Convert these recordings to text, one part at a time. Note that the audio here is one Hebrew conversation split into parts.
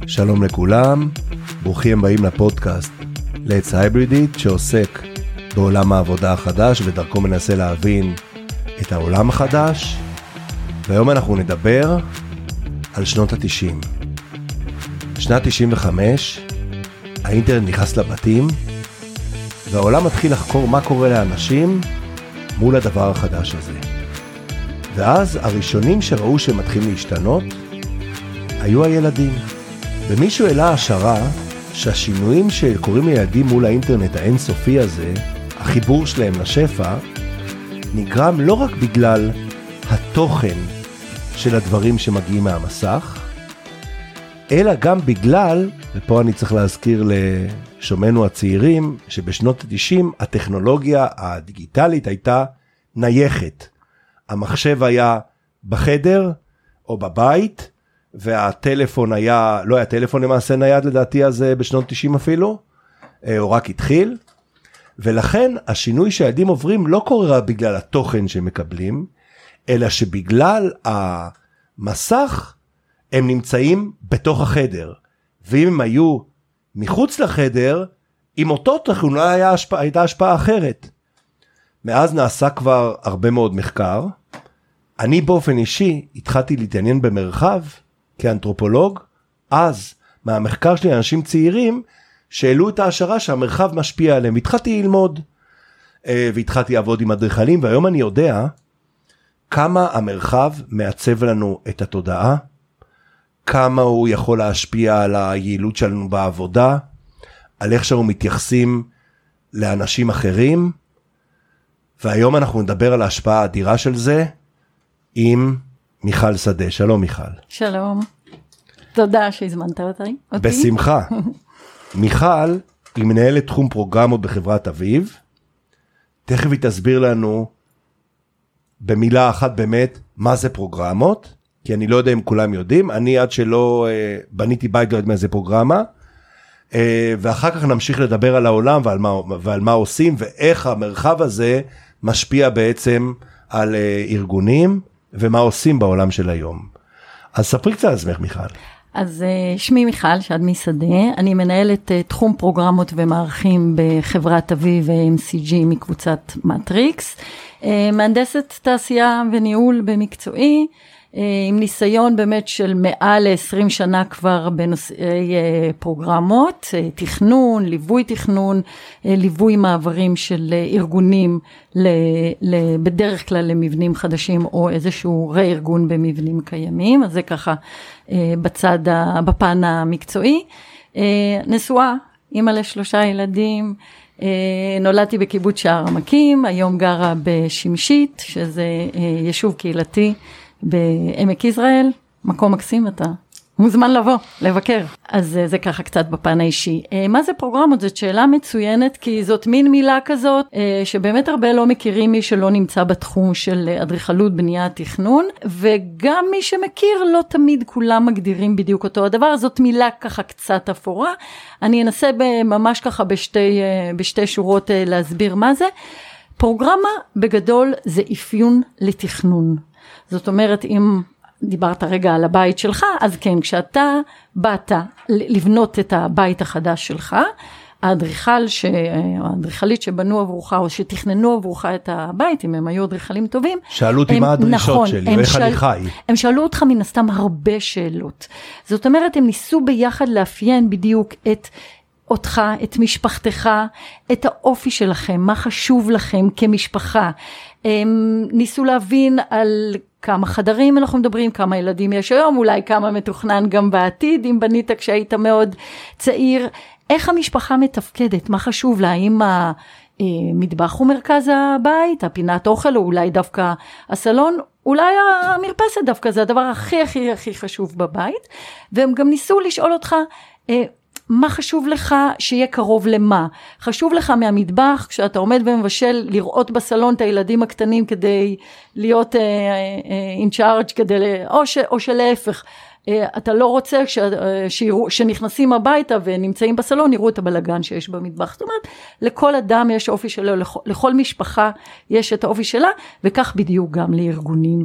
שלום לכולם, ברוכים הבאים לפודקאסט Let's Hybrid It, שעוסק בעולם העבודה החדש ודרכו מנסה להבין את העולם החדש. והיום אנחנו נדבר על שנות ה-90. שנת 95, האינטרנט נכנס לבתים, והעולם מתחיל לחקור מה קורה לאנשים מול הדבר החדש הזה. ואז הראשונים שראו שמתחיל להשתנות היו הילדים. ומישהו העלה השערה שהשינויים שקורים לילדים מול האינטרנט האינסופי הזה, החיבור שלהם לשפע, נגרם לא רק בגלל התוכן של הדברים שמגיעים מהמסך, אלא גם בגלל, ופה אני צריך להזכיר לשומענו הצעירים, שבשנות ה-90 הטכנולוגיה הדיגיטלית הייתה נייחת. המחשב היה בחדר או בבית, והטלפון היה, לא היה טלפון למעשה נייד לדעתי אז בשנות 90 אפילו, או רק התחיל, ולכן השינוי שהילדים עוברים לא קורה בגלל התוכן שהם מקבלים, אלא שבגלל המסך הם נמצאים בתוך החדר, ואם הם היו מחוץ לחדר, עם אותו תוכן הייתה השפעה אחרת. מאז נעשה כבר הרבה מאוד מחקר, אני באופן אישי התחלתי להתעניין במרחב, כאנתרופולוג, אז מהמחקר שלי אנשים צעירים שהעלו את ההשערה שהמרחב משפיע עליהם. התחלתי ללמוד והתחלתי לעבוד עם אדריכלים, והיום אני יודע כמה המרחב מעצב לנו את התודעה, כמה הוא יכול להשפיע על היעילות שלנו בעבודה, על איך שאנחנו מתייחסים לאנשים אחרים, והיום אנחנו נדבר על ההשפעה האדירה של זה עם מיכל שדה. שלום מיכל. שלום. תודה שהזמנת אותי. בשמחה. מיכל היא מנהלת תחום פרוגרמות בחברת אביב. תכף היא תסביר לנו במילה אחת באמת מה זה פרוגרמות, כי אני לא יודע אם כולם יודעים. אני עד שלא בניתי בית לא יודע מה זה פרוגרמה. ואחר כך נמשיך לדבר על העולם ועל מה עושים ואיך המרחב הזה משפיע בעצם על ארגונים. ומה עושים בעולם של היום. אז ספרי קצת על עצמך מיכל. אז שמי מיכל שדמי שדה, אני מנהלת תחום פרוגרמות ומערכים בחברת אביב MCG מקבוצת מטריקס, מהנדסת תעשייה וניהול במקצועי, עם ניסיון באמת של מעל 20 שנה כבר בנושאי פרוגרמות, תכנון, ליווי מעברים של ארגונים בדרך כלל למבנים חדשים או איזשהו רה-ארגון במבנים קיימים, אז זה ככה בפן המקצועי. נשואה, אמא ל3 ילדים, נולדתי בקיבוץ שער עמקים, היום גרה בשמשית, שזה יישוב קהילתי, בעמק יזרעאל, מקום מקסים, אתה מוזמן לבוא, לבקר. אז זה ככה קצת בפן האישי. מה זה פרוגרמות? זאת שאלה מצוינת, כי זאת מין מילה כזאת, שבאמת הרבה לא מכירים מי שלא נמצא בתחום של אדריכלות, בנייה, תכנון, וגם מי שמכיר לא תמיד כולם מגדירים בדיוק אותו הדבר, זאת מילה ככה קצת אפורה. אני אנסה ממש ככה בשתי שורות להסביר מה זה. פרוגרמה בגדול זה אפיון לתכנון. זאת אומרת, אם דיברת רגע על הבית שלך, אז כן, כשאתה באת לבנות את הבית החדש שלך, האדריכלית שבנו עבורך, או שתכננו עבורך את הבית, אם הם היו אדריכלים טובים. שאלו אותי מה הדרישות שלי, ואיך אני חי. הם שאלו אותך מן הסתם הרבה שאלות. זאת אומרת, הם ניסו ביחד לאפיין בדיוק אותך, את משפחתך, את האופי שלכם, מה חשוב לכם כמשפחה. ניסו להבין על כמה חדרים אנחנו מדברים, כמה ילדים יש היום, אולי כמה מתוכנן גם בעתיד, אם בנית כשהיית מאוד צעיר. איך המשפחה מתפקדת, מה חשוב לה, האם המטבח הוא מרכז הבית, הפינת אוכל, או אולי דווקא הסלון, אולי המרפסת דווקא, זה הדבר הכי הכי הכי חשוב בבית. והם גם ניסו לשאול אותך, מה חשוב לך שיהיה קרוב למה? חשוב לך מהמטבח, כשאתה עומד ומבשל, לראות בסלון את הילדים הקטנים כדי להיות in charge, או שלהפך, אתה לא רוצה שנכנסים הביתה ונמצאים בסלון, יראו את הבלגן שיש במטבח. זאת אומרת, לכל אדם יש אופי שלו, לכל משפחה יש את האופי שלה, וכך בדיוק גם לארגונים.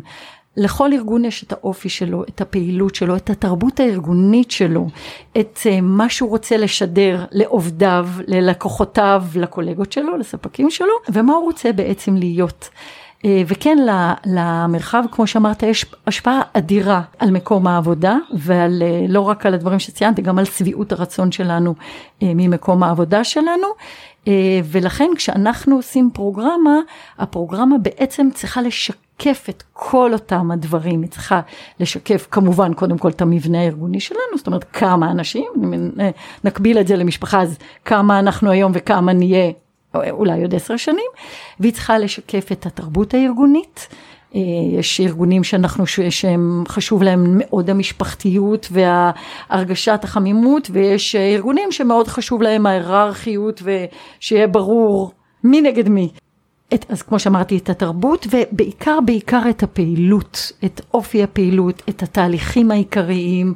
לכל ארגון יש את האופי שלו, את הפעילות שלו, את התרבות הארגונית שלו, את מה שהוא רוצה לשדר לעובדיו, ללקוחותיו, לקולגות שלו, לספקים שלו, ומה הוא רוצה בעצם להיות. וכן, למרחב, כמו שאמרת, יש השפעה אדירה על מקום העבודה, ועל, לא רק על הדברים שציינתי, גם על סביעות הרצון שלנו ממקום העבודה שלנו, ולכן כשאנחנו עושים פרוגרמה, הפרוגרמה בעצם צריכה לשקף את כל אותם הדברים, היא צריכה לשקף כמובן קודם כל את המבנה הארגוני שלנו, זאת אומרת כמה אנשים, נקביל את זה למשפחה, אז כמה אנחנו היום וכמה נהיה, אולי עוד 10 שנים, והיא צריכה לשקף את התרבות הארגונית, יש ארגונים שהם חשוב להם מאוד המשפחתיות וההרגשת החמימות, ויש ארגונים שמאוד חשוב להם ההיררכיות ושיהיה ברור מי נגד מי. אז כמו שאמרתי, את התרבות ובעיקר את הפעילות, את אופי הפעילות, את התהליכים העיקריים,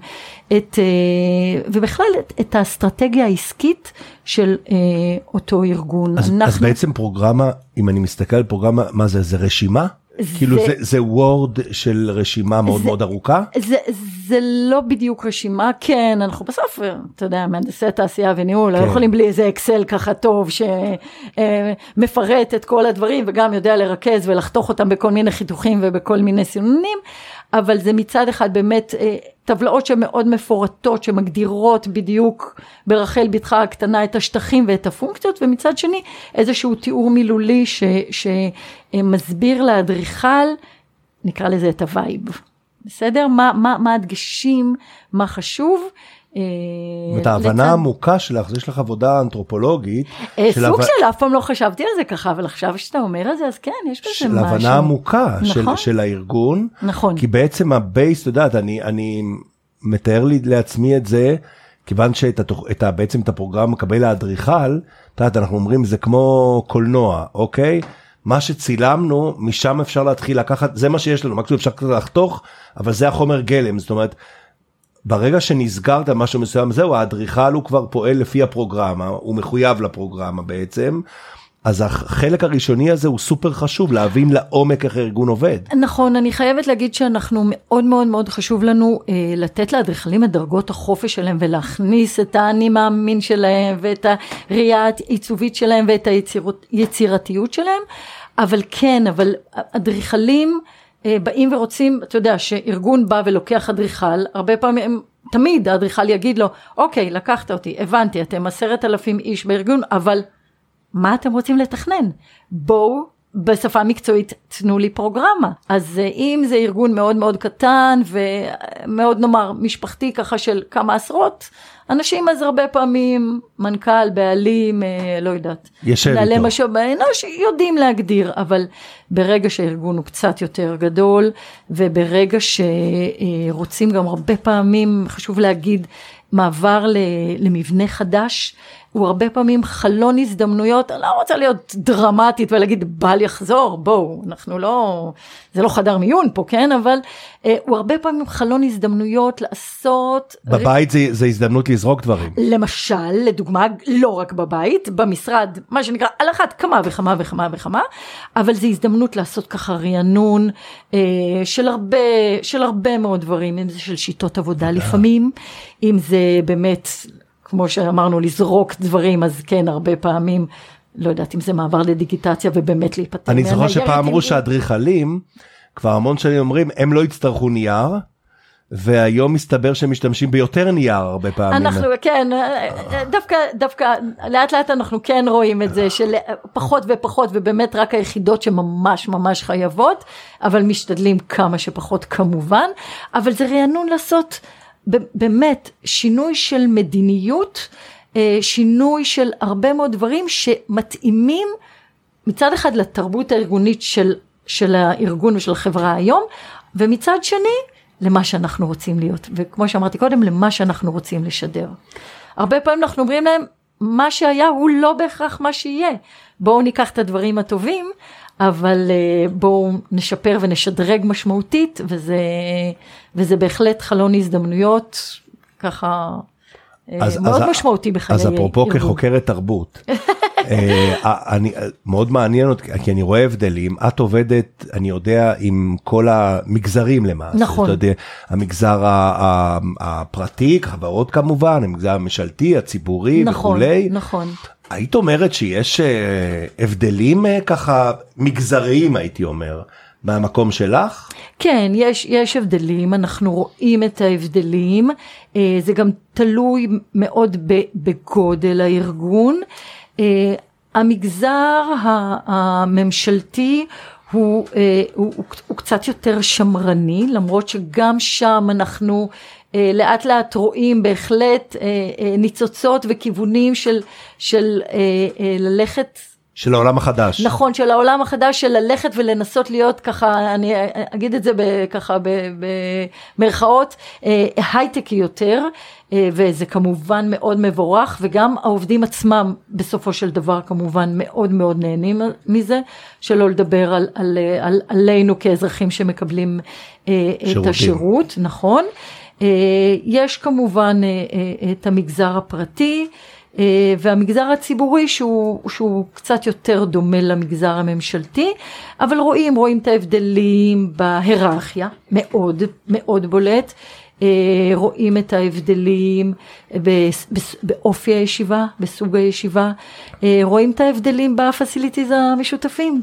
ובכלל את האסטרטגיה העסקית של אותו ארגון. אז בעצם פרוגרמה, אם אני מסתכל על פרוגרמה, מה זה? זה רשימה? כאילו זה וורד של רשימה מאוד מאוד ארוכה? זה לא בדיוק רשימה, כן, אנחנו בסוף, אתה יודע, מהנדסי תעשייה וניהול, לא יכולים בלי איזה אקסל ככה טוב, שמפרט את כל הדברים, וגם יודע לרכז ולחתוך אותם בכל מיני חיתוכים ובכל מיני סינונים, אבל זה מצד אחד באמת טבלאות שמאוד מפורטות, שמגדירות בדיוק ברחל בתך הקטנה את השטחים ואת הפונקציות, ומצד שני איזשהו תיאור מילולי שמסביר לאדריכל, נקרא לזה את הווייב. בסדר? מה הדגשים, מה חשוב? את ההבנה העמוקה שלך, יש לך עבודה אנתרופולוגית. סוג של אף פעם לא חשבתי על זה ככה, אבל עכשיו שאתה אומר את זה, אז כן, יש בזה משהו. של הבנה עמוקה של הארגון. נכון. כי בעצם הבייס, אתה יודעת, אני מתאר לי לעצמי את זה, כיוון שבעצם את הפרוגרמה מקבל האדריכל, אתה יודעת, אנחנו אומרים, זה כמו קולנוע, אוקיי? מה שצילמנו, משם אפשר להתחיל לקחת, זה מה שיש לנו, מקסימום אפשר לחתוך, אבל זה החומר גלם, זאת אומרת, ברגע שנסגרת משהו מסוים, זהו, האדריכל הוא כבר פועל לפי הפרוגרמה, הוא מחויב לפרוגרמה בעצם, אז החלק הראשוני הזה הוא סופר חשוב, להבין לעומק איך הארגון עובד. נכון, אני חייבת להגיד שאנחנו מאוד מאוד מאוד חשוב לנו לתת לאדריכלים את דרגות החופש שלהם, ולהכניס את האני מאמין שלהם, ואת הראייה העיצובית שלהם, ואת היצירתיות שלהם, אבל כן, אבל אדריכלים באים ורוצים, אתה יודע, שארגון בא ולוקח אדריכל, הרבה פעמים, תמיד האדריכל יגיד לו, אוקיי, לקחת אותי, הבנתי, אתם 10,000 איש בארגון, אבל מה אתם רוצים לתכנן? בואו, בשפה מקצועית, תנו לי פרוגרמה. אז אם זה ארגון מאוד מאוד קטן, ומאוד נאמר, משפחתי ככה של כמה עשרות, אנשים אז הרבה פעמים, מנכ"ל, בעלים, לא יודעת. נעלה משאב האנוש, יודעים להגדיר, אבל ברגע שהארגון הוא קצת יותר גדול, וברגע שרוצים גם הרבה פעמים, חשוב להגיד, מעבר למבנה חדש, הוא הרבה פעמים חלון הזדמנויות, אני לא רוצה להיות דרמטית ולהגיד, בל יחזור, בואו, אנחנו לא, זה לא חדר מיון פה, כן, אבל הוא הרבה פעמים חלון הזדמנויות לעשות. בבית זה הזדמנות לזרוק דברים. למשל, לדוגמה, לא רק בבית, במשרד, מה שנקרא, על אחת כמה וכמה וכמה וכמה, אבל זה הזדמנות לעשות ככה רענון של הרבה מאוד דברים, אם זה של שיטות עבודה לפעמים, אם זה באמת, כמו שאמרנו, לזרוק דברים, אז כן, הרבה פעמים, לא יודעת אם זה מעבר לדיגיטציה, ובאמת להיפטר. אני זוכר שפעם אמרו שהאדריכלים, כבר המון שנים אומרים, הם לא יצטרכו נייר, והיום מסתבר שהם משתמשים ביותר נייר הרבה פעמים. אנחנו, כן, דווקא, לאט לאט אנחנו כן רואים את זה, של פחות ופחות, ובאמת רק היחידות שממש ממש חייבות, אבל משתדלים כמה שפחות כמובן, אבל זה רענון לעשות, באמת, שינוי של מדיניות, שינוי של הרבה מאוד דברים שמתאימים מצד אחד לתרבות הארגונית של הארגון ושל החברה היום, ומצד שני למה שאנחנו רוצים להיות, וכמו שאמרתי קודם, למה שאנחנו רוצים לשדר. הרבה פעמים אנחנו אומרים להם, מה שהיה הוא לא בהכרח מה שיהיה, בואו ניקח את הדברים הטובים, אבל בואו נשפר ונשדרג משמעותית, וזה בהחלט חלון הזדמנויות, ככה מאוד משמעותי בחיי. אז אפרופו כחוקרת תרבות, מאוד מעניין אותי, כי אני רואה הבדלים, את עובדת, אני יודע, עם כל המגזרים למעשה. נכון. אתה יודע, המגזר הפרטי, חברות כמובן, המגזר הממשלתי, הציבורי וכולי. נכון. היית אומרת שיש הבדלים ככה מגזריים, הייתי אומר, מהמקום שלך? כן, יש הבדלים, אנחנו רואים את ההבדלים, זה גם תלוי מאוד בגודל הארגון. המגזר הממשלתי הוא קצת יותר שמרני, למרות שגם שם אנחנו לאט לאט רואים בהחלט ניצוצות וכיוונים של ללכת, של העולם החדש. נכון, של העולם החדש, של ללכת ולנסות להיות ככה, אני אגיד את זה ככה במרכאות, הייטקי יותר, וזה כמובן מאוד מבורך, וגם העובדים עצמם בסופו של דבר כמובן מאוד מאוד נהנים מזה, שלא לדבר עלינו כאזרחים שמקבלים את השירות, נכון. יש כמובן את המגזר הפרטי, והמגזר הציבורי שהוא קצת יותר דומה למגזר הממשלתי, אבל רואים את ההבדלים בהיררכיה, מאוד מאוד בולט, רואים את ההבדלים באופי הישיבה, בסוג הישיבה, רואים את ההבדלים בפסיליטיז המשותפים,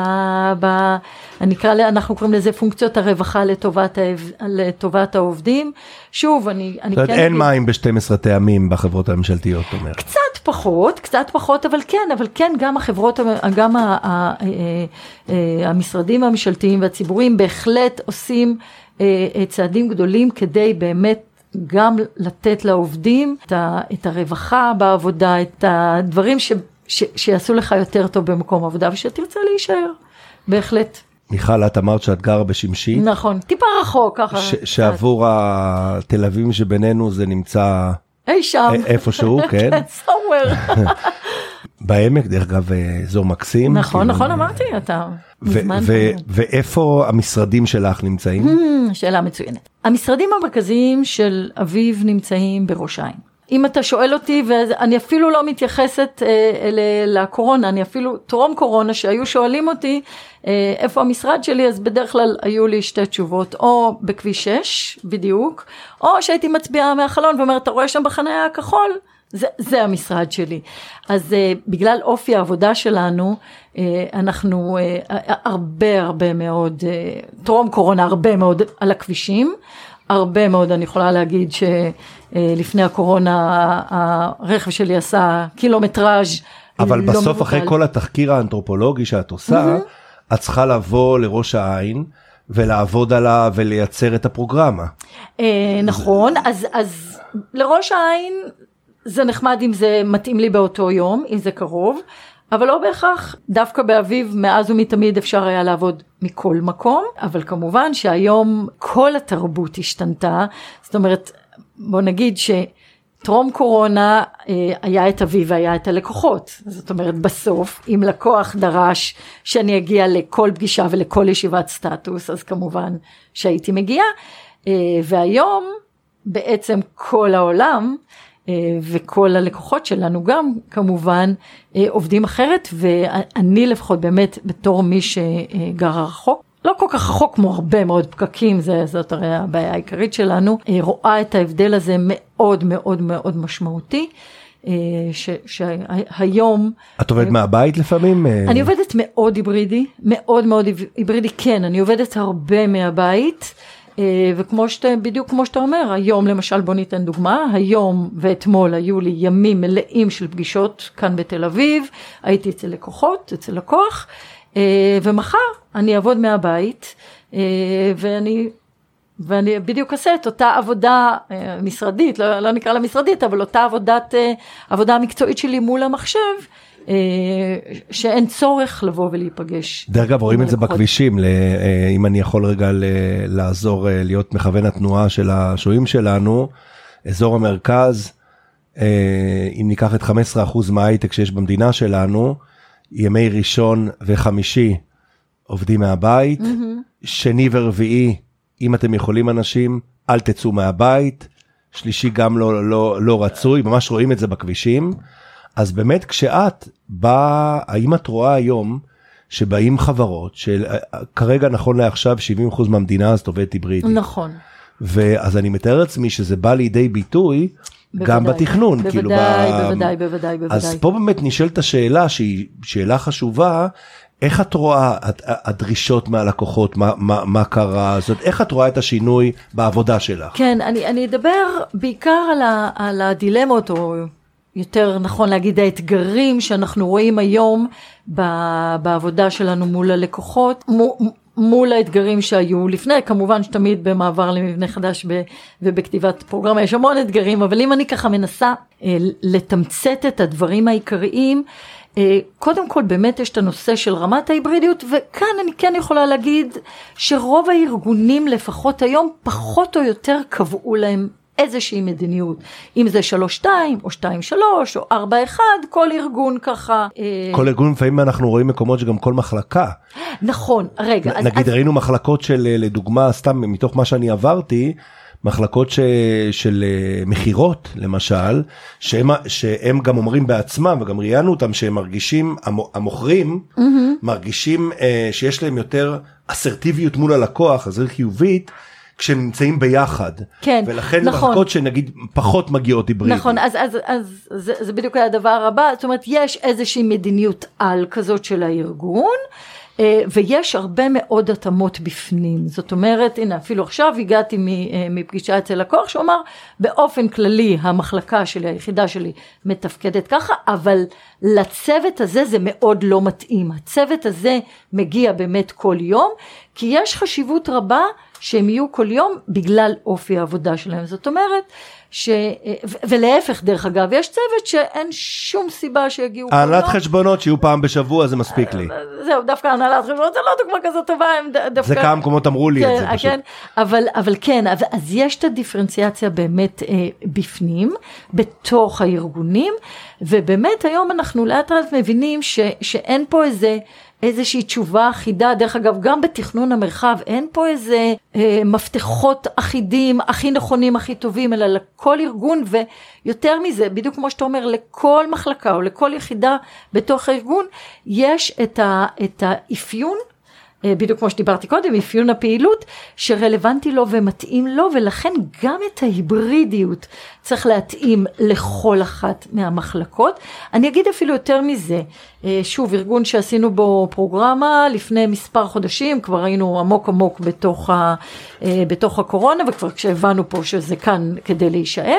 אנחנו קוראים לזה פונקציות הרווחה לטובת העובדים. שוב, אני כן... אין מים ב-12 טעמים בחברות הממשלתיות, אומר. קצת פחות, אבל כן, גם החברות, גם המשרדים הממשלתיים והציבוריים בהחלט עושים צעדים גדולים כדי באמת גם לתת לעובדים את הרווחה בעבודה, את הדברים שיעשו לך יותר טוב במקום עבודה, ושתרצה להישאר, בהחלט. מיכל, את אמרת שאת גרה בשמשית. נכון, טיפה רחוק, ככה. שעבור התל אביב שבינינו זה נמצא... אי שם. איפשהו, כן. כן, somewhere. בעמק, דרך אגב, אזור מקסים. נכון, אמרתי, אתה מזמן. ואיפה המשרדים שלך נמצאים? שאלה מצוינת. המשרדים המרכזיים של אביב נמצאים בראש העין. אם אתה שואל אותי, ואני אפילו לא מתייחסת לקורונה, אני אפילו טרום קורונה שהיו שואלים אותי איפה המשרד שלי, אז בדרך כלל היו לי שתי תשובות, או בכביש 6 בדיוק, או שהייתי מצביעה מהחלון ואומרת, אתה רואה שם בחניה הכחול? זה המשרד שלי. אז בגלל אופי העבודה שלנו, אנחנו הרבה מאוד, טרום קורונה הרבה מאוד על הכבישים, הרבה מאוד, אני יכולה להגיד שלפני הקורונה הרכב שלי עשה קילומטראז' אבל לא בסוף מבוטל. אחרי כל התחקיר האנתרופולוגי שאת עושה, את צריכה לבוא לראש העין ולעבוד עליו ולייצר את הפרוגרמה. נכון, אז לראש העין זה נחמד אם זה מתאים לי באותו יום, אם זה קרוב, אבל לא בהכרח, דווקא באביב מאז ומתמיד אפשר היה לעבוד מכל מקום, אבל כמובן שהיום כל התרבות השתנתה, זאת אומרת, בוא נגיד שטרום קורונה היה את אביב והיה את הלקוחות, זאת אומרת בסוף, אם לקוח דרש שאני אגיע לכל פגישה ולכל ישיבת סטטוס, אז כמובן שהייתי מגיעה, והיום בעצם כל העולם, וכל הלקוחות שלנו גם כמובן עובדים אחרת, ואני לפחות באמת בתור מי שגר רחוק, לא כל כך רחוק כמו הרבה מאוד פקקים, זאת הרי הבעיה העיקרית שלנו, רואה את ההבדל הזה מאוד מאוד מאוד משמעותי, שהיום... את עובדת מהבית לפעמים? אני עובדת מאוד היברידי, מאוד מאוד היברידי, כן, אני עובדת הרבה מהבית, בדיוק כמו שאתה אומר, היום למשל בוא ניתן דוגמה, היום ואתמול היו לי ימים מלאים של פגישות כאן בתל אביב, הייתי אצל לקוחות, אצל לקוח, ומחר אני אעבוד מהבית, ואני בדיוק עושה את אותה עבודה משרדית, לא נקרא לה משרדית, אבל אותה עבודה המקצועית שלי מול המחשב, שאין צורך לבוא ולהיפגש. דרך אגב, רואים את זה בכבישים, אם אני יכול רגע לעזור להיות מכוון התנועה של השוהים שלנו, אזור המרכז, אם ניקח את 15% מההייטק שיש במדינה שלנו, ימי ראשון וחמישי עובדים מהבית, שני ורביעי, אם אתם יכולים אנשים, אל תצאו מהבית, שלישי גם לא רצוי, ממש רואים את זה בכבישים, אז באמת כשאת באה, האם את רואה היום שבאים חברות, שכרגע נכון לעכשיו 70% מהמדינה הזאת עובדת היברידית. נכון. ואז אני מתאר לעצמי שזה בא לידי ביטוי, גם בתכנון. בוודאי. אז פה באמת נשאלת השאלה, שהיא שאלה חשובה, איך את רואה הדרישות מהלקוחות, מה קרה, זאת, איך את רואה את השינוי בעבודה שלך? כן, אני אדבר בעיקר על הדילמות, או יותר נכון להגיד האתגרים שאנחנו רואים היום בעבודה שלנו מול הלקוחות, מול האתגרים שהיו לפני, כמובן שתמיד במעבר למבנה חדש ובכתיבת פרוגרמה יש המון אתגרים, אבל אם אני ככה מנסה לתמצת את הדברים העיקריים, קודם כל באמת יש את הנושא של רמת ההיברידיות, וכאן אני כן יכולה להגיד שרוב הארגונים לפחות היום פחות או יותר קבעו להם איזושהי מדיניות, אם זה 3-2 או 2-3 או 4-1, כל ארגון ככה. כל ארגון, לפעמים אנחנו רואים מקומות שגם כל מחלקה. נכון, רגע. נגיד ראינו מחלקות של, לדוגמה, סתם מתוך מה שאני עברתי, מחלקות של מחירות, למשל, שהם גם אומרים בעצמם, וגם ראיינו אותם, שהם מרגישים, המוכרים, מרגישים שיש להם יותר אסרטיביות מול הלקוח, אז זה חיובית, כשהם נמצאים ביחד. כן, ולכן נכון. מחלקות שנגיד פחות מגיעות היברידית. נכון, אז זה בדיוק הדבר הבא, זאת אומרת, יש איזושהי מדיניות על כזאת של הארגון, ויש הרבה מאוד התאמות בפנים. זאת אומרת, הנה, אפילו עכשיו הגעתי מפגישה אצל לקוח, שאומר, באופן כללי, המחלקה שלי, היחידה שלי, מתפקדת ככה, אבל לצוות הזה זה מאוד לא מתאים. הצוות הזה מגיע באמת כל יום, כי יש חשיבות רבה שהם יהיו כל יום בגלל אופי העבודה שלהם. זאת אומרת, ולהפך דרך אגב, יש צוות שאין שום סיבה שיגיעו כל יום. הנהלת חשבונות שיהיו פעם בשבוע, זה מספיק לי. זהו, דווקא הנהלת חשבונות, זה לא דוגמה כזאת טובה. זה כמה מקומות אמרו לי את זה פשוט. אבל כן, אז יש את הדיפרנציאציה באמת בפנים, בתוך הארגונים, ובאמת היום אנחנו לאט לאט מבינים שאין פה איזושהי תשובה אחידה, דרך אגב גם בתכנון המרחב אין פה איזה מפתחות אחידים, הכי נכונים, הכי טובים, אלא לכל ארגון, ויותר מזה, בדיוק כמו שאתה אומר, לכל מחלקה או לכל יחידה בתוך הארגון, יש את האפיון, בדיוק כמו שדיברתי קודם, אפיון הפעילות, שרלוונטי לו ומתאים לו, ולכן גם את ההיברידיות צריך להתאים לכל אחת מהמחלקות. אני אגיד אפילו יותר מזה, שוב, ארגון שעשינו בו פרוגרמה לפני מספר חודשים, כבר היינו עמוק עמוק בתוך הקורונה, וכבר כשהבנו פה שזה כאן כדי להישאר,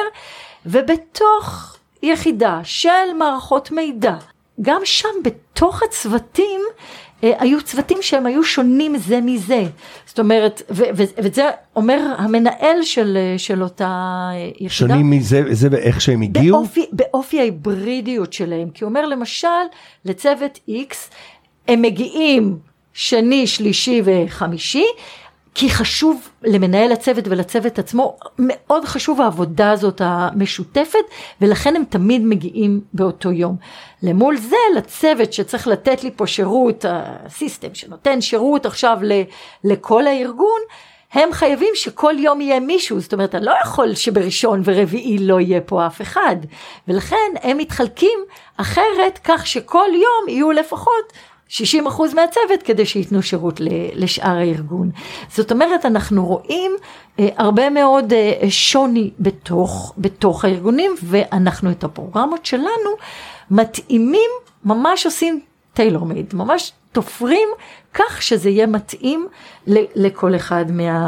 ובתוך יחידה של מערכות מידע, גם שם בתוך הצוותים, היו צוותים שהם היו שונים זה מזה, זאת אומרת, וזה אומר המנהל של אותה יחידה. שונים מזה, זה ואיך שהם הגיעו? באופי ההיברידיות שלהם, כי הוא אומר למשל, לצוות X, הם מגיעים שני, שלישי וחמישי, כי חשוב למנהל הצוות ולצוות עצמו, מאוד חשוב העבודה הזאת המשותפת, ולכן הם תמיד מגיעים באותו יום. למול זה, לצוות שצריך לתת לי פה שירות, הסיסטם שנותן שירות עכשיו לכל הארגון, הם חייבים שכל יום יהיה מישהו, זאת אומרת, אני לא יכול שבראשון ורביעי לא יהיה פה אף אחד, ולכן הם מתחלקים אחרת, כך שכל יום יהיו לפחות 60% מהצוות כדי שיתנו שירות לשאר הארגון. זאת אומרת, אנחנו רואים הרבה מאוד שוני בתוך הארגונים, ואנחנו את הפרוגרמות שלנו מתאימים, ממש עושים טיילור מייד, ממש תופרים כך שזה יהיה מתאים לכל אחד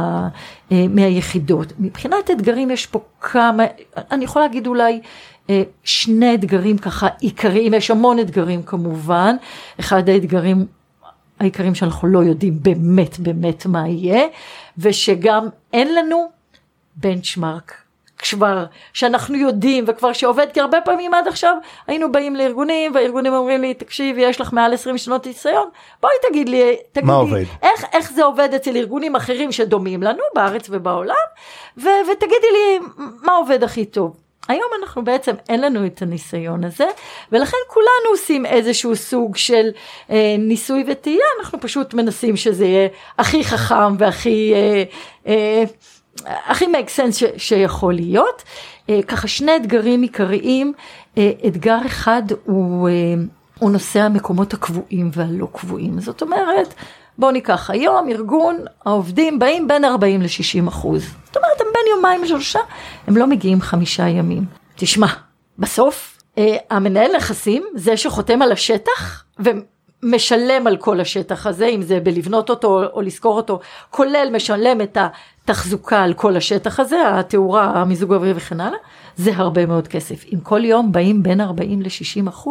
מהיחידות. מבחינת אתגרים יש פה כמה, אני יכולה להגיד אולי, שני אתגרים ככה עיקריים, יש המון אתגרים כמובן, אחד האתגרים העיקריים שאנחנו לא יודעים באמת מה יהיה, ושגם אין לנו בנצ'מרק, כבר שאנחנו יודעים וכבר שעובד, כי הרבה פעמים עד עכשיו היינו באים לארגונים, והארגונים אומרים לי, תקשיב, יש לך מעל 20 שנות ניסיון, בואי תגיד לי, איך זה עובד אצל ארגונים אחרים שדומים לנו בארץ ובעולם, ותגידי לי מה עובד הכי טוב. היום אנחנו בעצם אין לנו את הניסיון הזה, ולכן כולנו עושים איזשהו סוג של ניסוי וטעייה, אנחנו פשוט מנסים שזה יהיה הכי חכם והכי make sense שיכול להיות. ככה שני אתגרים עיקריים, אתגר אחד הוא נושא המקומות הקבועים והלא קבועים, זאת אומרת, בואו ניקח היום ארגון, העובדים באים בין 40-60%, זאת אומרת, הם בין יומיים 3, הם לא מגיעים 5 ימים. תשמע, בסוף, המנהל נכסים, זה שחותם על השטח, ומשלם על כל השטח הזה, אם זה בלבנות אותו או לזכור אותו, כולל משלם את התחזוקה על כל השטח הזה, התאורה, המיזוג האווירי וכן הלאה, זה הרבה מאוד כסף. אם כל יום באים בין 40-60%,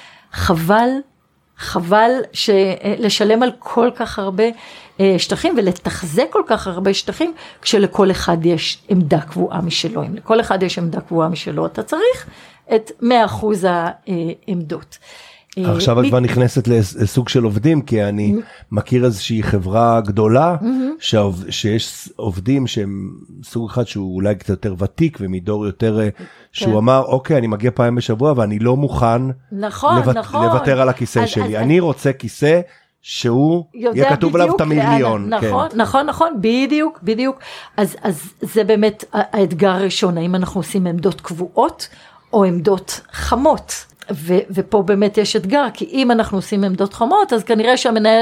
חבל לשלם על כל כך הרבה שטחים, ולתחזק כל כך הרבה שטחים, כשלכל אחד יש עמדה קבועה משלו. אם לכל אחד יש עמדה קבועה משלו, אתה צריך את 100% העמדות. עכשיו את כבר נכנסת לסוג של עובדים, כי אני מכיר איזושהי חברה גדולה, שיש עובדים שהם סוג אחד שהוא אולי קצת יותר ותיק, ומדור יותר, שהוא אמר, אוקיי, אני מגיע פעם בשבוע, ואני לא מוכן לוותר על הכיסא שלי. אני רוצה כיסא שהוא יהיה כתוב עליו את המיליון. נכון, בדיוק. אז זה באמת האתגר הראשון, האם אנחנו עושים עמדות קבועות, או עמדות חמות. ופה באמת יש אתגר, כי אם אנחנו עושים עמדות חמות, אז כנראה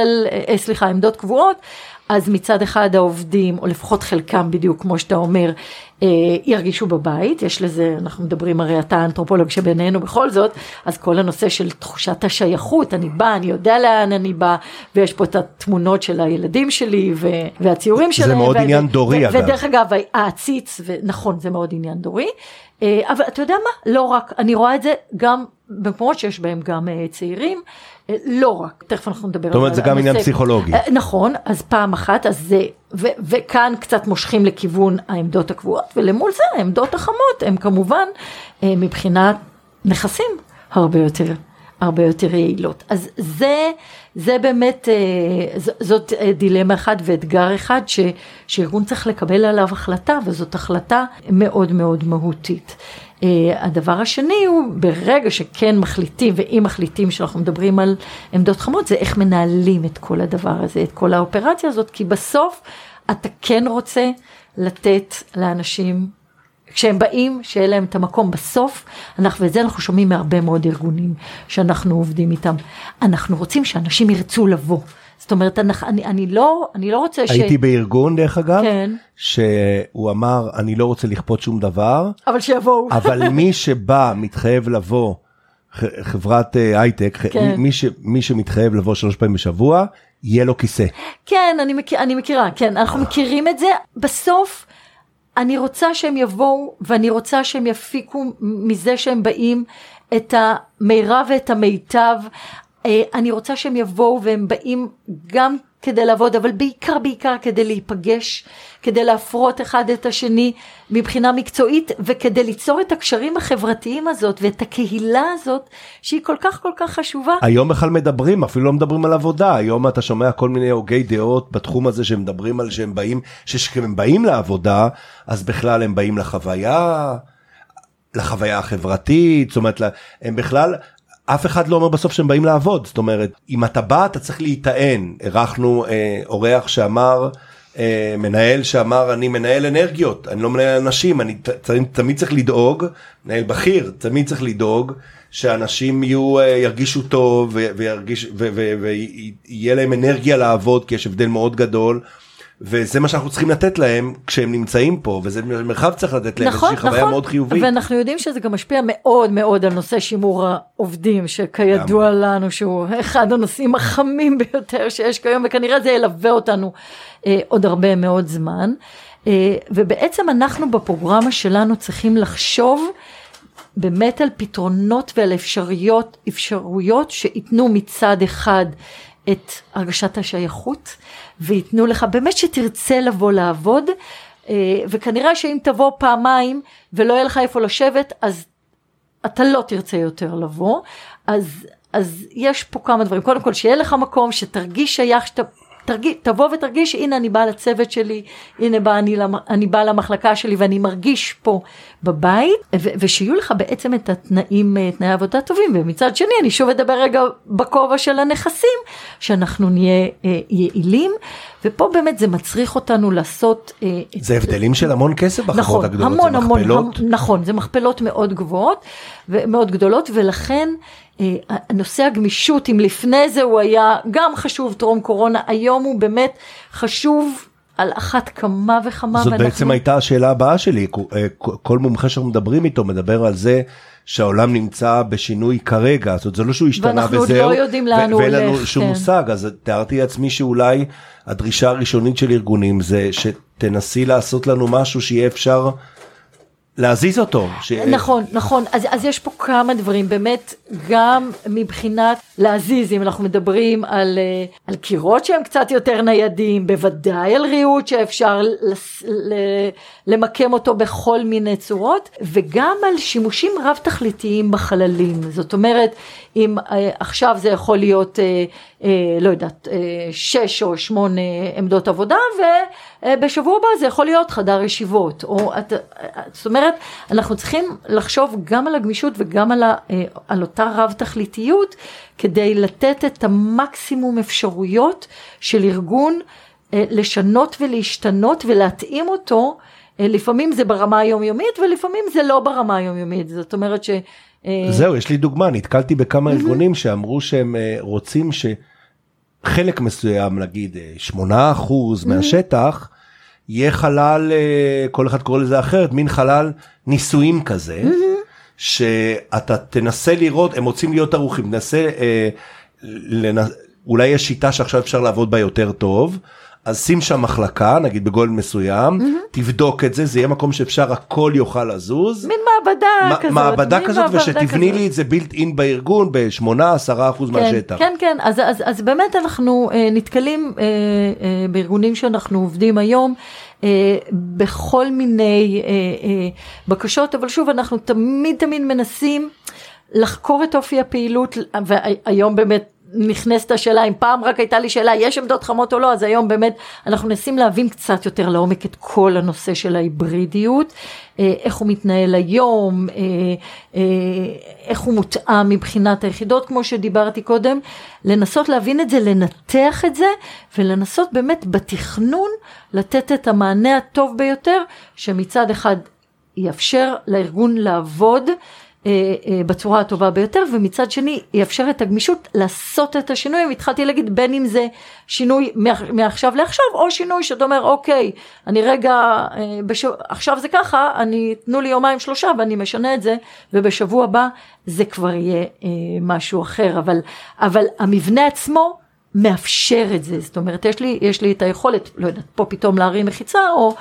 עמדות קבועות, אז מצד אחד העובדים, או לפחות חלקם בדיוק, כמו שאתה אומר, ירגישו בבית, יש לזה, אנחנו מדברים הרי אתה האנתרופולוג שבינינו בכל זאת, אז כל הנושא של תחושת השייכות, אני בא, אני יודע לאן אני בא, ויש פה את התמונות של הילדים שלי, והציורים שלהם. זה מאוד עניין דורי אגב. ודרך אגב, העציץ, ונכון, זה מאוד עניין דורי, אבל אתה יודע מה? לא רק, אני רואה את זה גם במקומות שיש בהם גם צעירים, לא רק, תכף אנחנו נדבר על זה. זאת אומרת, זה גם עניין פסיכולוגי. נכון, אז פעם אחת, אז זה, וכאן קצת מושכים לכיוון העמדות הקבועות, ולמול זה, העמדות החמות, הם כמובן, מבחינת נכסים, הרבה יותר יעילות. אז זה באמת, זאת דילמה אחת ואתגר אחד, שארגון צריך לקבל עליו החלטה, וזאת החלטה מאוד מאוד מהותית. הדבר השני הוא, ברגע שכן מחליטים, ואם מחליטים שאנחנו מדברים על עמדות חמות, זה איך מנהלים את כל הדבר הזה, את כל האופרציה הזאת, כי בסוף אתה כן רוצה לתת לאנשים, כשהם באים, שיהיה להם את המקום בסוף, ואת זה אנחנו שומעים מהרבה מאוד ארגונים, שאנחנו עובדים איתם, אנחנו רוצים שאנשים ירצו לבוא, זאת אומרת, אני לא רוצה הייתי בארגון דרך אגב, כן. שהוא אמר, אני לא רוצה לכפות שום דבר, אבל שיבואו. אבל מי שבא, מתחייב לבוא, חברת הייטק, כן. מי שמתחייב לבוא 3 פעמים בשבוע, יהיה לו כיסא. כן, אני מכירה, כן, אנחנו מכירים את זה, בסוף, אני רוצה שהם יבואו, ואני רוצה שהם יפיקו מזה שהם באים את המירב ואת המיטב, אני רוצה שהם יבואו והם באים גם כדי לעבוד, אבל בעיקר כדי להיפגש, כדי להפרות אחד את השני מבחינה מקצועית, וכדי ליצור את הקשרים החברתיים הזאת, ואת הקהילה הזאת, שהיא כל כך חשובה. היום בכלל מדברים, אפילו לא מדברים על עבודה, היום אתה שומע כל מיני הוגי דעות בתחום הזה, שהם מדברים על שהם באים לעבודה, אז בכלל הם באים לחוויה החברתית, זאת אומרת, הם בכלל, אף אחד לא אומר בסוף שהם באים לעבוד, זאת אומרת, אם אתה בא, אתה צריך להיטען. ערכנו אורח שאמר, מנהל שאמר, אני מנהל אנרגיות, אני לא מנהל אנשים, אני תמיד צריך לדאוג, מנהל בכיר, תמיד צריך לדאוג, שאנשים ירגישו טוב, ויהיה להם אנרגיה לעבוד, כי יש הבדל מאוד גדול, וזה מה שאנחנו צריכים לתת להם כשהם נמצאים פה, וזה מרחב צריך לתת להם, איזושהי חוויה מאוד חיובית. ואנחנו יודעים שזה גם משפיע מאוד מאוד על נושא שימור העובדים, שכידוע לנו שהוא אחד הנושאים החמים ביותר שיש כיום, וכנראה זה ילווה אותנו עוד הרבה מאוד זמן, ובעצם אנחנו בפרוגרמה שלנו צריכים לחשוב באמת על פתרונות ועל אפשרויות שיתנו מצד אחד את הרגשת השייכות, ויתנו לך באמת שתרצה לבוא לעבוד, וכנראה שאם תבוא פעמיים ולא יהיה לך איפה לשבת, אז אתה לא תרצה יותר לבוא, אז יש פה כמה דברים, קודם כל שיהיה לך מקום, שתרגיש שייך, תבוא ותרגיש, הנה אני באה לצוות שלי, הנה אני באה למחלקה שלי, ואני מרגיש פה בבית, ושיהיו לך בעצם את תנאי עבודה טובים, ומצד שני, אני שוב אדבר רגע בכובע של הנכסים, שאנחנו נהיה יעילים, ופה באמת זה מצריך אותנו לעשות... זה הבדלים של המון כסף בחברות הגדולות, זה מכפלות. נכון, זה מכפלות מאוד גבוהות, ומאוד גדולות, ולכן הנושא הגמישות, אם לפני זה הוא היה גם חשוב טרום קורונה, היום הוא באמת חשוב על אחת כמה וכמה. זאת בעצם הייתה השאלה הבאה שלי, כל מומחה שאנחנו מדברים איתו, מדבר על זה, שהעולם נמצא בשינוי כרגע, זאת אומרת, זה לא שהוא השתנה וזהו, ואנחנו עוד לא יודעים לאן הוא הולך. ואין לנו שום מושג, אז תיארתי לעצמי שאולי הדרישה הראשונית של ארגונים זה שתנסי לעשות לנו משהו שיהיה אפשר להזיז אותו. נכון, אז יש פה כמה דברים, באמת גם מבחינת להזיז, אם אנחנו מדברים על קירות שהם קצת יותר ניידים, בוודאי על ריהוט שאפשר למקם אותו בכל מיני צורות, וגם על שימושים רב תכליתיים בחללים, זאת אומרת, אם עכשיו זה יכול להיות, לא יודעת, 6 או 8 עמדות עבודה, ובשבוע הבא זה יכול להיות חדר ישיבות, זאת אומרת, אנחנו צריכים לחשוב גם על הגמישות וגם על אותה רב תכליתיות, כדי לתת את המקסימום אפשרויות של ארגון, לשנות ולהשתנות ולהתאים אותו, לפעמים זה ברמה היומיומית ולפעמים זה לא ברמה היומיומית, זאת אומרת זהו, יש לי דוגמה, נתקלתי בכמה ארגונים שאמרו שהם רוצים שחלק מסוים, נגיד 8% מהשטח, יהיה חלל, כל אחד קורא לזה אחרת, מין חלל ניסויים כזה, שאתה תנסה לראות, הם רוצים להיות ערוכים, תנסה, אולי יש שיטה שעכשיו אפשר לעבוד בה יותר טוב, אז שים שם מחלקה, נגיד בגודל מסוים, תבדוק את זה, זה יהיה מקום שאפשר הכל יוכל לזוז. מין מעבדה כזאת. מעבדה כזאת, ושתבני לי את זה בילט אין בארגון, ב8-10% מהשטח. כן, אז באמת אנחנו נתקלים בארגונים שאנחנו עובדים היום, בכל מיני בקשות, אבל שוב אנחנו תמיד מנסים לחקור את אופי הפעילות, והיום באמת נכנסת השאלה, אם פעם רק הייתה לי שאלה, יש עמדות חמות או לא, אז היום באמת אנחנו נסים להבין קצת יותר לעומק את כל הנושא של ההיברידיות, איך הוא מתנהל היום, איך הוא מותאם מבחינת היחידות, כמו שדיברתי קודם, לנסות להבין את זה, לנתח את זה, ולנסות באמת בתכנון, לתת את המענה הטוב ביותר, שמצד אחד יאפשר לארגון לעבוד, בצורה הטובה ביותר, ומצד שני יאפשר את הגמישות לעשות את השינוי, התחלתי להגיד בין אם זה שינוי מעכשיו לעכשיו, או שינוי שאתה אומר, אוקיי, אני רגע, עכשיו זה ככה, תנו לי 2-3 ואני משנה את זה, ובשבוע הבא זה כבר יהיה משהו אחר, אבל המבנה עצמו מאפשר את זה, זאת אומרת, יש לי את היכולת, לא יודעת, פה פתאום להרים מחיצה,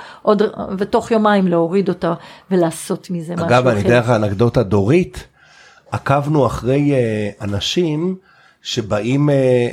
ותוך יומיים להוריד אותה, ולעשות מזה משהו אחר. אגב, אני דרך האנקדוטה דורית, עקבנו אחרי אנשים, שבאים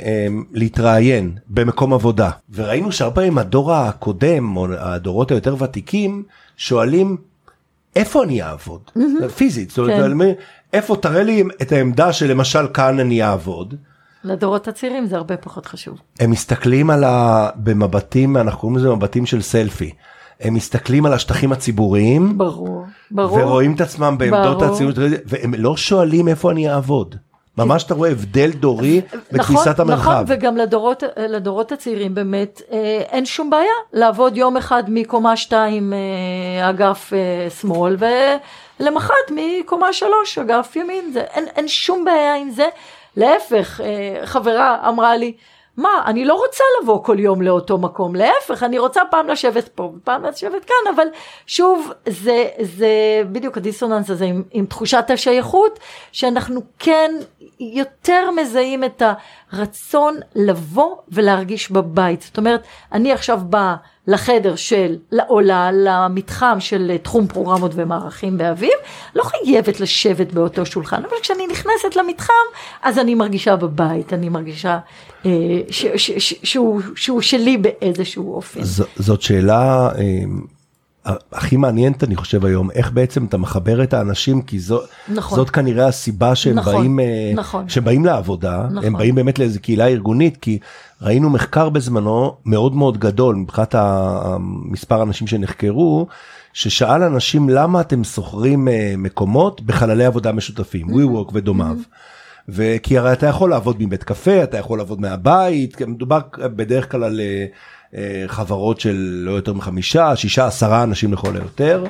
להתראיין במקום עבודה, וראינו שהרבה פעמים הדור הקודם, או הדורות היותר ותיקים, שואלים, איפה אני אעבוד? פיזית, זאת אומרת, איפה תראה לי את העמדה שלמשל כאן אני אעבוד, לדורות הצעירים זה הרבה פחות חשוב. הם מסתכלים במבטים, אנחנו קוראים לזה מבטים של סלפי, הם מסתכלים על השטחים הציבוריים, ברור. ורואים את עצמם בעמדות הציבוריות, והם לא שואלים איפה אני אעבוד. ממש אתה רואה הבדל דורי בתפיסת המרחב. נכון, וגם לדורות הצעירים באמת, אין שום בעיה לעבוד יום אחד מקומה 2 אגף שמאל, ולמחרת מקומה 3 אגף ימין, אין שום בעיה עם זה, להפך, חברה אמרה לי, מה, אני לא רוצה לבוא כל יום לאותו מקום, להפך, אני רוצה פעם לשבת פה, פעם לשבת כאן, אבל שוב, זה בדיוק הדיסוננס הזה עם תחושת השייכות, שאנחנו כן יותר מזהים את הרצון לבוא ולהרגיש בבית. זאת אומרת, אני עכשיו באה לחדר או למתחם של תחום פרוגרמות ומערכים באביב, לא חייבת לשבת באותו שולחן, אבל כשאני נכנסת למתחם, אז אני מרגישה בבית, אני מרגישה שהוא שלי באיזשהו אופן. זאת שאלה, הכי מעניינת אני חושב היום, איך בעצם אתה מחבר את האנשים, כי זאת כנראה הסיבה שהם באים לעבודה, הם באים באמת לאיזו קהילה ארגונית, כי ראינו מחקר בזמנו מאוד מאוד גדול, מבחינת מספר האנשים שנחקרו, ששאל אנשים למה אתם סוחרים מקומות בחללי עבודה משותפים, WeWork ודומיו. וכי הרי אתה יכול לעבוד מבית קפה, אתה יכול לעבוד מהבית, מדובר בדרך כלל על חברות של לא יותר מ5, 6, 10 אנשים לכל היותר,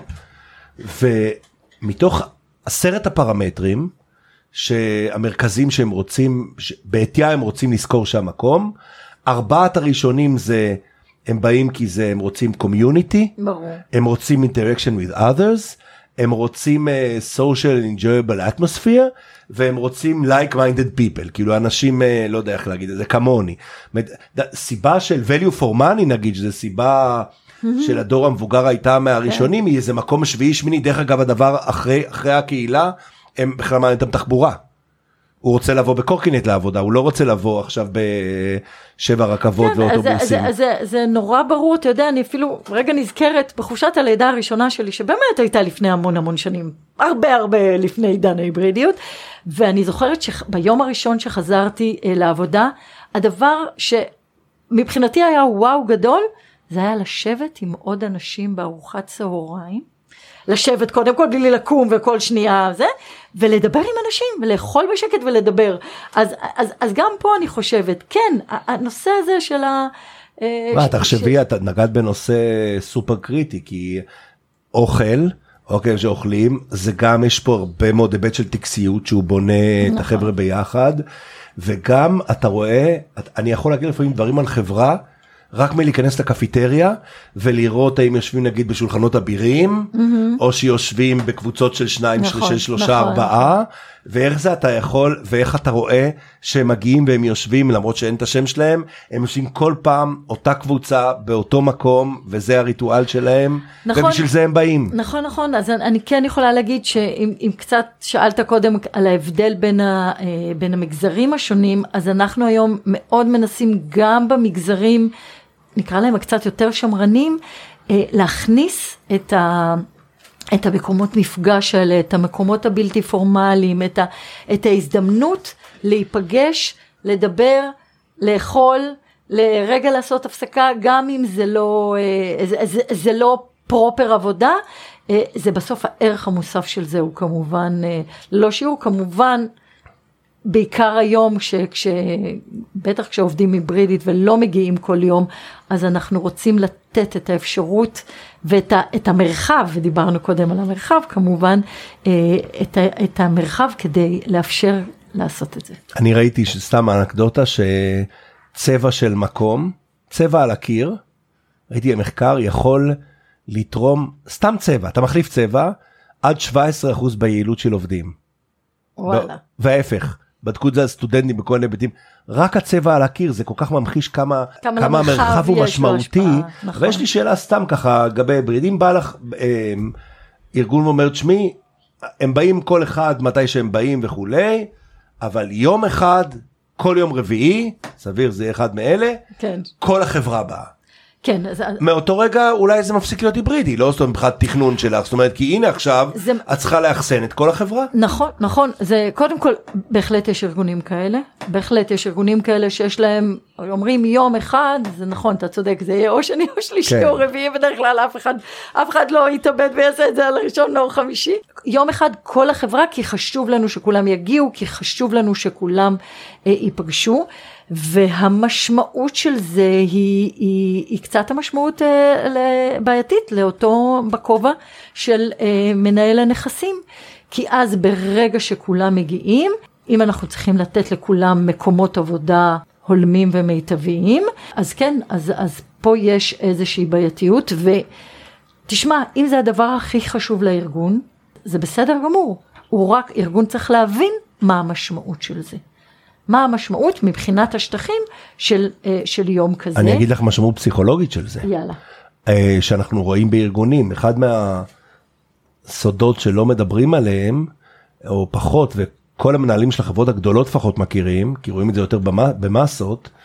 ומתוך 10 הפרמטרים שהמרכזים שהם רוצים, בעתיה הם רוצים לזכור שהמקום, 4 הראשונים זה, הם באים כי זה, הם רוצים community, הם רוצים interaction with others, הם רוצים social enjoyable atmosphere, והם רוצים like-minded people, כאילו אנשים, לא יודע איך להגיד את זה, כמוני. סיבה של value for money נגיד, שזו סיבה של הדור המבוגר הייתה מהראשונים, היא איזה מקום שביעי, שמיני, דרך אגב הדבר אחרי הקהילה, הם בכלל מעניין אותם תחבורה. הוא רוצה לבוא בקורקינט לעבודה, הוא לא רוצה לבוא עכשיו ב7 רכבות ואוטובוסים. זה נורא ברור, אתה יודע, אני אפילו רגע נזכרת בחושת הלידה הראשונה שלי, שבאמת הייתה לפני המון שנים, הרבה לפני עידן ההיברידיות, ואני זוכרת שביום הראשון שחזרתי לעבודה, הדבר שמבחינתי היה וואו גדול, זה היה לשבת עם עוד אנשים בארוחת צהריים, לשבת קודם כל בלי לקום וכל שנייה זה, ולדבר עם אנשים, ולאכול בשקט ולדבר. אז גם פה אני חושבת, כן, הנושא הזה של תחשבי, את נגעת בנושא סופר קריטי, כי אוכל, אוקיי, שאוכלים, זה גם יש פה הרבה מאוד היבט של טקסיות, שהוא בונה את החבר'ה ביחד, וגם אתה רואה, אני יכול להגיד לפעמים דברים על חברה, רק מלהיכנס לקפיטריה, ולראות האם יושבים נגיד בשולחנות אבירים, או שיושבים בקבוצות של 2, של 3, 4, ואיך זה אתה יכול, ואיך אתה רואה שהם מגיעים והם יושבים, למרות שאין את השם שלהם, הם יושבים כל פעם אותה קבוצה, באותו מקום, וזה הריטואל שלהם, ובשביל זה הם באים. נכון, אז אני כן יכולה להגיד, שאם קצת שאלת קודם על ההבדל בין המגזרים השונים, אז אנחנו היום מאוד מנסים גם במגזרים, נקרא להם קצת יותר שמרנים, להכניס את המקומות מפגש האלה, את המקומות הבלתי פורמליים, את ההזדמנות להיפגש, לדבר, לאכול, לרגע לעשות הפסקה, גם אם זה לא פרופר עבודה, זה בסוף הערך המוסף של זה, הוא כמובן, לא שיעור, כמובן, בעיקר היום, בטח כשעובדים היברידית ולא מגיעים כל יום, אז אנחנו רוצים לתת את האפשרות ואת המרחב, ודיברנו קודם על המרחב כמובן, את המרחב כדי לאפשר לעשות את זה. אני ראיתי שסתם האנקדוטה שצבע של מקום, צבע על הקיר, ראיתי המחקר יכול לתרום, סתם צבע, אתה מחליף צבע, עד 17% ביעילות של עובדים. וואלה. וההפך. בדקו את זה על סטודנטים בכל מיני היבטים, רק הצבע על הקיר, זה כל כך ממחיש כמה המרחב הוא משמעותי, ויש לי שאלה סתם ככה, גבי היברידים, בא לך ארגון ואומר, שמי, הם באים כל אחד מתי שהם באים וכולי, אבל יום אחד, כל יום רביעי, סביר זה אחד מאלה, כל החברה באה. כן. מאותו רגע אולי זה מפסיק להיות היברידי, לא זאת אומרת מבחינת תכנון שלך, זאת אומרת כי הנה עכשיו את צריכה לאחסן את כל החברה. נכון, זה קודם כל בהחלט יש ארגונים כאלה, בהחלט יש ארגונים כאלה שיש להם, אומרים יום אחד, זה נכון, אתה צודק, זה יהיה או שני או שלישי או רביעי, בדרך כלל אף אחד לא יתאבד ויעשה את זה על ראשון או חמישי. יום אחד כל החברה, כי חשוב לנו שכולם יגיעו, כי חשוב לנו שכולם ייפגשו, והמשמעות של זה היא קצת המשמעות בעייתית לאותו בכובע של מנהל הנכסים, כי אז ברגע שכולם מגיעים, אם אנחנו צריכים לתת לכולם מקומות עבודה הולמים ומיטביים, אז כן, אז פה יש איזושהי בעייתיות, ותשמע, אם זה הדבר הכי חשוב לארגון, זה בסדר גמור, הוא רק, ארגון צריך להבין מה המשמעות של זה. מה המשמעות מבחינת השטחים של יום כזה. אני אגיד לך משמעות פסיכולוגית של זה. יאללה. שאנחנו רואים בארגונים, אחד מהסודות שלא מדברים עליהם, או פחות, וכל המנהלים של החברות הגדולות פחות מכירים, כי רואים את זה יותר במסות,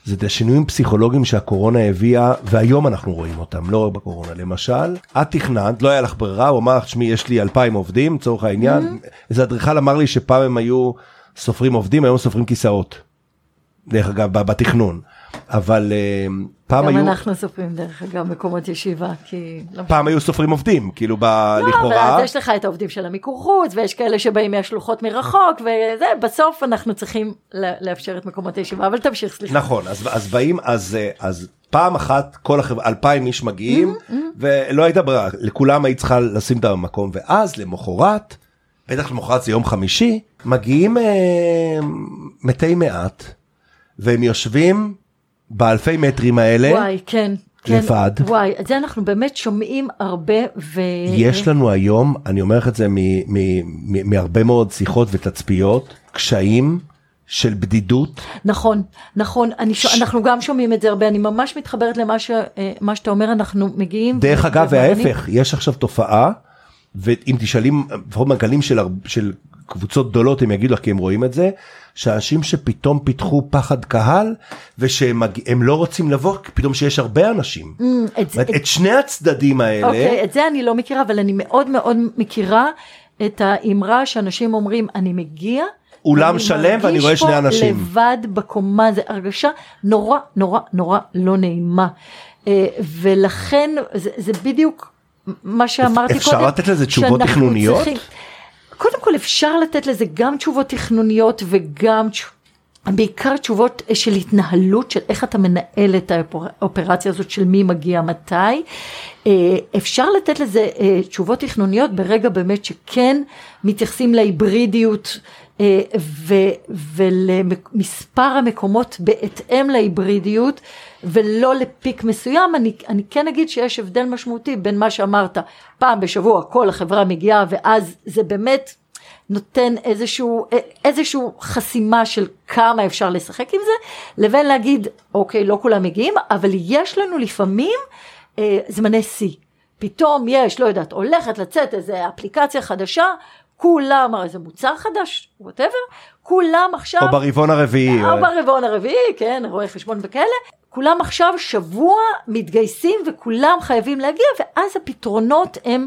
זה את השינויים פסיכולוגיים שהקורונה הביאה, והיום אנחנו רואים אותם, לא רק בקורונה. למשל, את תכננת, לא היה לך ברירה, הוא אמר, שמי, יש לי 2,000 עובדים, צורך העניין. איזה אדריכל אמר לי שפעם הם היו סופרים עובדים, היום סופרים כיסאות. דרך אגב, בתכנון. אבל פעם היו... גם אנחנו סופרים דרך אגב מקומות ישיבה, כי... פעם היו סופרים עובדים, כאילו לכאורה... לא, אבל אז יש לך את העובדים של המיקור חוץ, ויש כאלה שבאים מהשלוחות מרחוק, וזה, בסוף אנחנו צריכים לאפשר את מקומות הישיבה, אבל תמשיך, סליחה. נכון, אז באים, אז פעם אחת, כל 2,000 איש מגיעים, ולא הייתה ברירה, לכולם היית צריכה לשים את המקום, ואז למחרת, בטח למחרת זה יום חמישי, מגיעים מתי מעט, והם יושבים באלפי מטרים האלה, וואי, כן, לבד. וואי, את זה אנחנו באמת שומעים הרבה, יש לנו היום, אני אומר לך את זה מהרבה מאוד שיחות ותצפיות, קשיים של בדידות. נכון, נכון, אנחנו גם שומעים את זה הרבה, אני ממש מתחברת למה שאתה אומר, אנחנו מגיעים... דרך אגב, וההפך, יש עכשיו תופעה, ואם תשאלים, לפחות מנכ"לים של קבוצות גדולות, הם יגידו לך, כי הם רואים את זה, שאנשים שפתאום פיתחו פחד קהל, ושהם לא רוצים לבוא, פתאום שיש הרבה אנשים. את שני הצדדים האלה. אוקיי, את זה אני לא מכירה, אבל אני מאוד מאוד מכירה את האמרה שאנשים אומרים, אני מגיע, אולם שלם ואני רואה שני אנשים. אני מרגיש פה לבד בקומה, זה הרגשה נורא, נורא, נורא לא נעימה. ולכן, זה בדיוק מה שאמרתי קודם. אפשר לתת לזה תשובות תכנוניות? קודם כל אפשר לתת לזה גם תשובות תכנוניות וגם בעיקר תשובות של התנהלות, של איך אתה מנהל את האופרציה הזאת של מי מגיע מתי. אפשר לתת לזה תשובות תכנוניות ברגע באמת שכן מתייחסים להיברידיות ולמספר המקומות בהתאם להיברידיות ולא לפיק מסוים. אני כן אגיד שיש הבדל משמעותי בין מה שאמרת, פעם בשבוע כל החברה מגיעה ואז זה באמת נותן איזשהו חסימה של כמה אפשר לשחק עם זה, לבין להגיד, אוקיי, לא כולם מגיעים, אבל יש לנו לפעמים זמני שיא. פתאום יש, לא יודעת, הולכת לצאת איזו אפליקציה חדשה, כולם, איזה מוצר חדש, whatever, כולם עכשיו... או ברבעון הרביעי. או ברבעון הרביעי, כן, רואה חשבון וכאלה. כולם עכשיו שבוע מתגייסים וכולם חייבים להגיע, ואז הפתרונות הם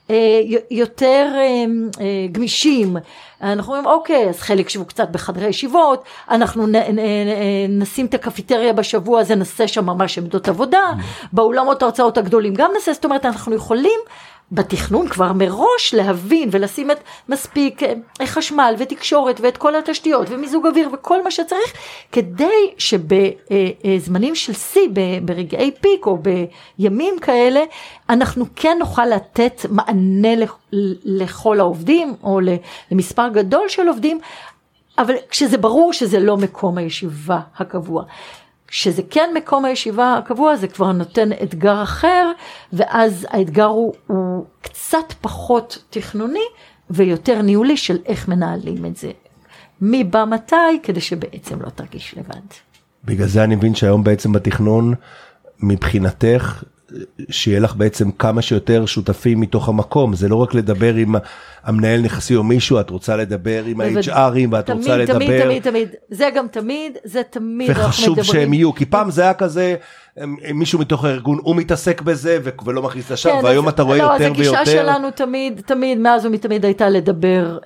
יותר גמישים. אנחנו אומרים, אוקיי, אז חלק שבו קצת בחדרי ישיבות, אנחנו נשים את הקפיטריה בשבוע הזה, נעשה שם ממש עמדות עבודה, באולמות ההרצאות הגדולים גם נעשה, זאת אומרת, אנחנו יכולים בתכנון כבר מראש להבין ולשים את מספיק חשמל ותקשורת ואת כל התשתיות ומיזוג אוויר וכל מה שצריך, כדי שבזמנים של C, ברגעי פיק או בימים כאלה, אנחנו כן נוכל לתת מענה לכל העובדים או למספר גדול של עובדים, אבל כשזה ברור שזה לא מקום הישיבה הקבוע. כשזה כן מקום הישיבה הקבוע, זה כבר נותן אתגר אחר, ואז האתגר הוא קצת פחות תכנוני, ויותר ניהולי של איך מנהלים את זה. מי בא מתי, כדי שבעצם לא תרגיש לבד. בגלל זה אני מבין שהיום בעצם בתכנון, מבחינתך, שיהיה לך בעצם כמה שיותר שותפים מתוך המקום, זה לא רק לדבר עם המנהל נכסי או מישהו, את רוצה לדבר עם ה-HRים, ואת רוצה לדבר... תמיד, זה גם תמיד, זה תמיד. וחשוב שהם יהיו, כי פעם זה היה כזה, מישהו מתוך הארגון, הוא מתעסק בזה, ולא מכניס לשם, והיום אתה רואה יותר ויותר. אז הגישה שלנו תמיד, מאז ומתמיד הייתה לדבר,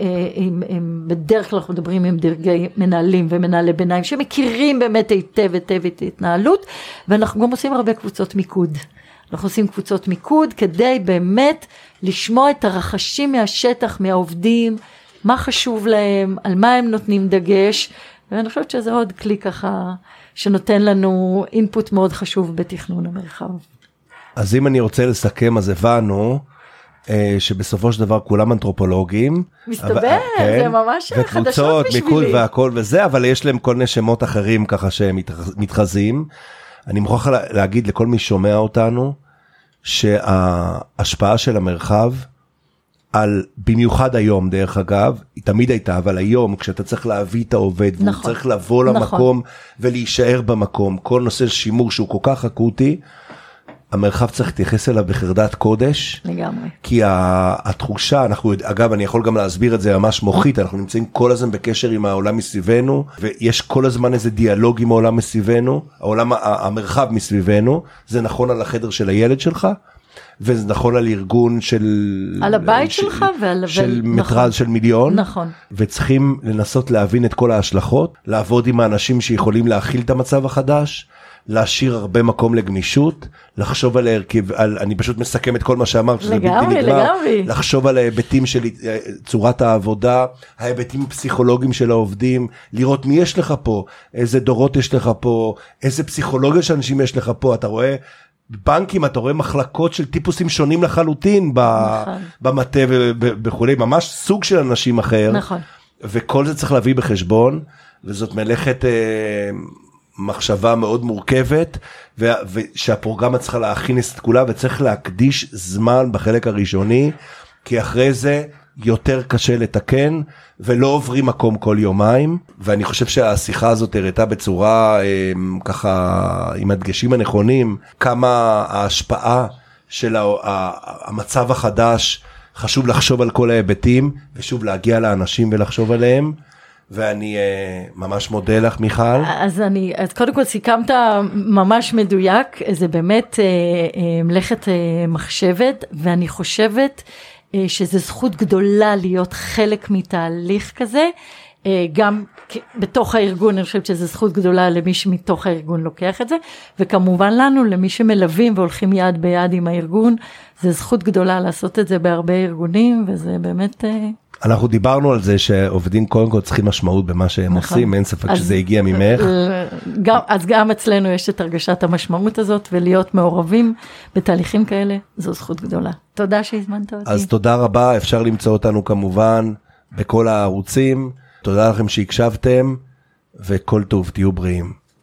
בדרך כלל אנחנו מדברים עם דרגי מנהלים ומנהלי ביניים, שמכירים באמת היטב את ההתנהלות, ואנחנו גם עושים הרבה קבוצות מיקוד. אנחנו עושים קבוצות מיקוד, כדי באמת לשמוע את הרחשים מהשטח, מהעובדים, מה חשוב להם, על מה הם נותנים דגש, ואני חושבת שזה עוד כלי ככה, שנותן לנו אינפוט מאוד חשוב בתכנון המרחב. אז אם אני רוצה לסכם, אז הבנו שבסופו של דבר כולם אנתרופולוגים. מסתבר, זה ממש חדשות בשבילי. מיקוד והכל וזה, אבל יש להם כל מיני שמות אחרים ככה שהם מתחזים. אני מוכרח להגיד לכל מי שומע אותנו, שההשפעה של המרחב, במיוחד היום דרך אגב, היא תמיד הייתה, אבל היום כשאתה צריך להביא את העובד, והוא צריך לבוא למקום ולהישאר במקום, כל נושא שימור שהוא כל כך אקוטי, המרחב צריך להתייחס אליו בחרדת קודש. לגמרי. כי התחושה, אגב, אני יכול גם להסביר את זה ממש מוחית, אנחנו נמצאים כל הזמן בקשר עם העולם מסביבנו, ויש כל הזמן איזה דיאלוג עם העולם מסביבנו, המרחב מסביבנו, זה נכון על החדר של הילד שלך, וזה נכון על ארגון על הבית שלך של מטרז של מיליון. נכון. וצריכים לנסות להבין את כל ההשלכות, לעבוד עם האנשים שיכולים להכיל את המצב החדש, להשאיר הרבה מקום לגמישות, לחשוב על ההרכב, אני פשוט מסכם את כל מה שאמרת, שזה בלתי נגמר, לגמרי. לחשוב על ההיבטים של צורת העבודה, ההיבטים הפסיכולוגיים של העובדים, לראות מי יש לך פה, איזה דורות יש לך פה, איזה פסיכולוגיה של אנשים יש לך פה, אתה רואה בבנקים, אתה רואה מחלקות של טיפוסים שונים לחלוטין, במטה וכו', ממש סוג של אנשים אחר, נכון. וכל זה צריך להביא בחשבון, וזאת מלאכת מחשבה מאוד מורכבת, ושהפרוגרמה צריכה להכין את כולה, וצריך להקדיש זמן בחלק הראשוני, כי אחרי זה יותר קשה לתקן, ולא עוברים מקום כל יומיים, ואני חושב שהשיחה הזאת הראתה בצורה ככה, עם הדגשים הנכונים, כמה ההשפעה של המצב החדש, חשוב לחשוב על כל ההיבטים, ושוב להגיע לאנשים ולחשוב עליהם, ואני ממש מודה לך מיכל. אז קודם כל סיכמת ממש מדויק, זה באמת מלאכת מחשבת, ואני חושבת שזה זכות גדולה להיות חלק מתהליך כזה, גם בתוך הארגון, אני חושבת שזה זכות גדולה למי שמתוך הארגון לוקח את זה, וכמובן לנו, למי שמלווים והולכים יד ביד עם הארגון, זה זכות גדולה לעשות את זה בהרבה ארגונים, וזה באמת אנחנו דיברנו על זה שעובדים קודם כל צריכים משמעות במה שהם עושים, אין ספק שזה הגיע ממך. אז גם אצלנו יש את הרגשת המשמעות הזאת, ולהיות מעורבים בתהליכים כאלה, זו זכות גדולה. תודה שהזמנת אותי. אז תודה רבה, אפשר למצוא אותנו כמובן בכל הערוצים, תודה לכם שהקשבתם, וכל טוב, תהיו בריאים.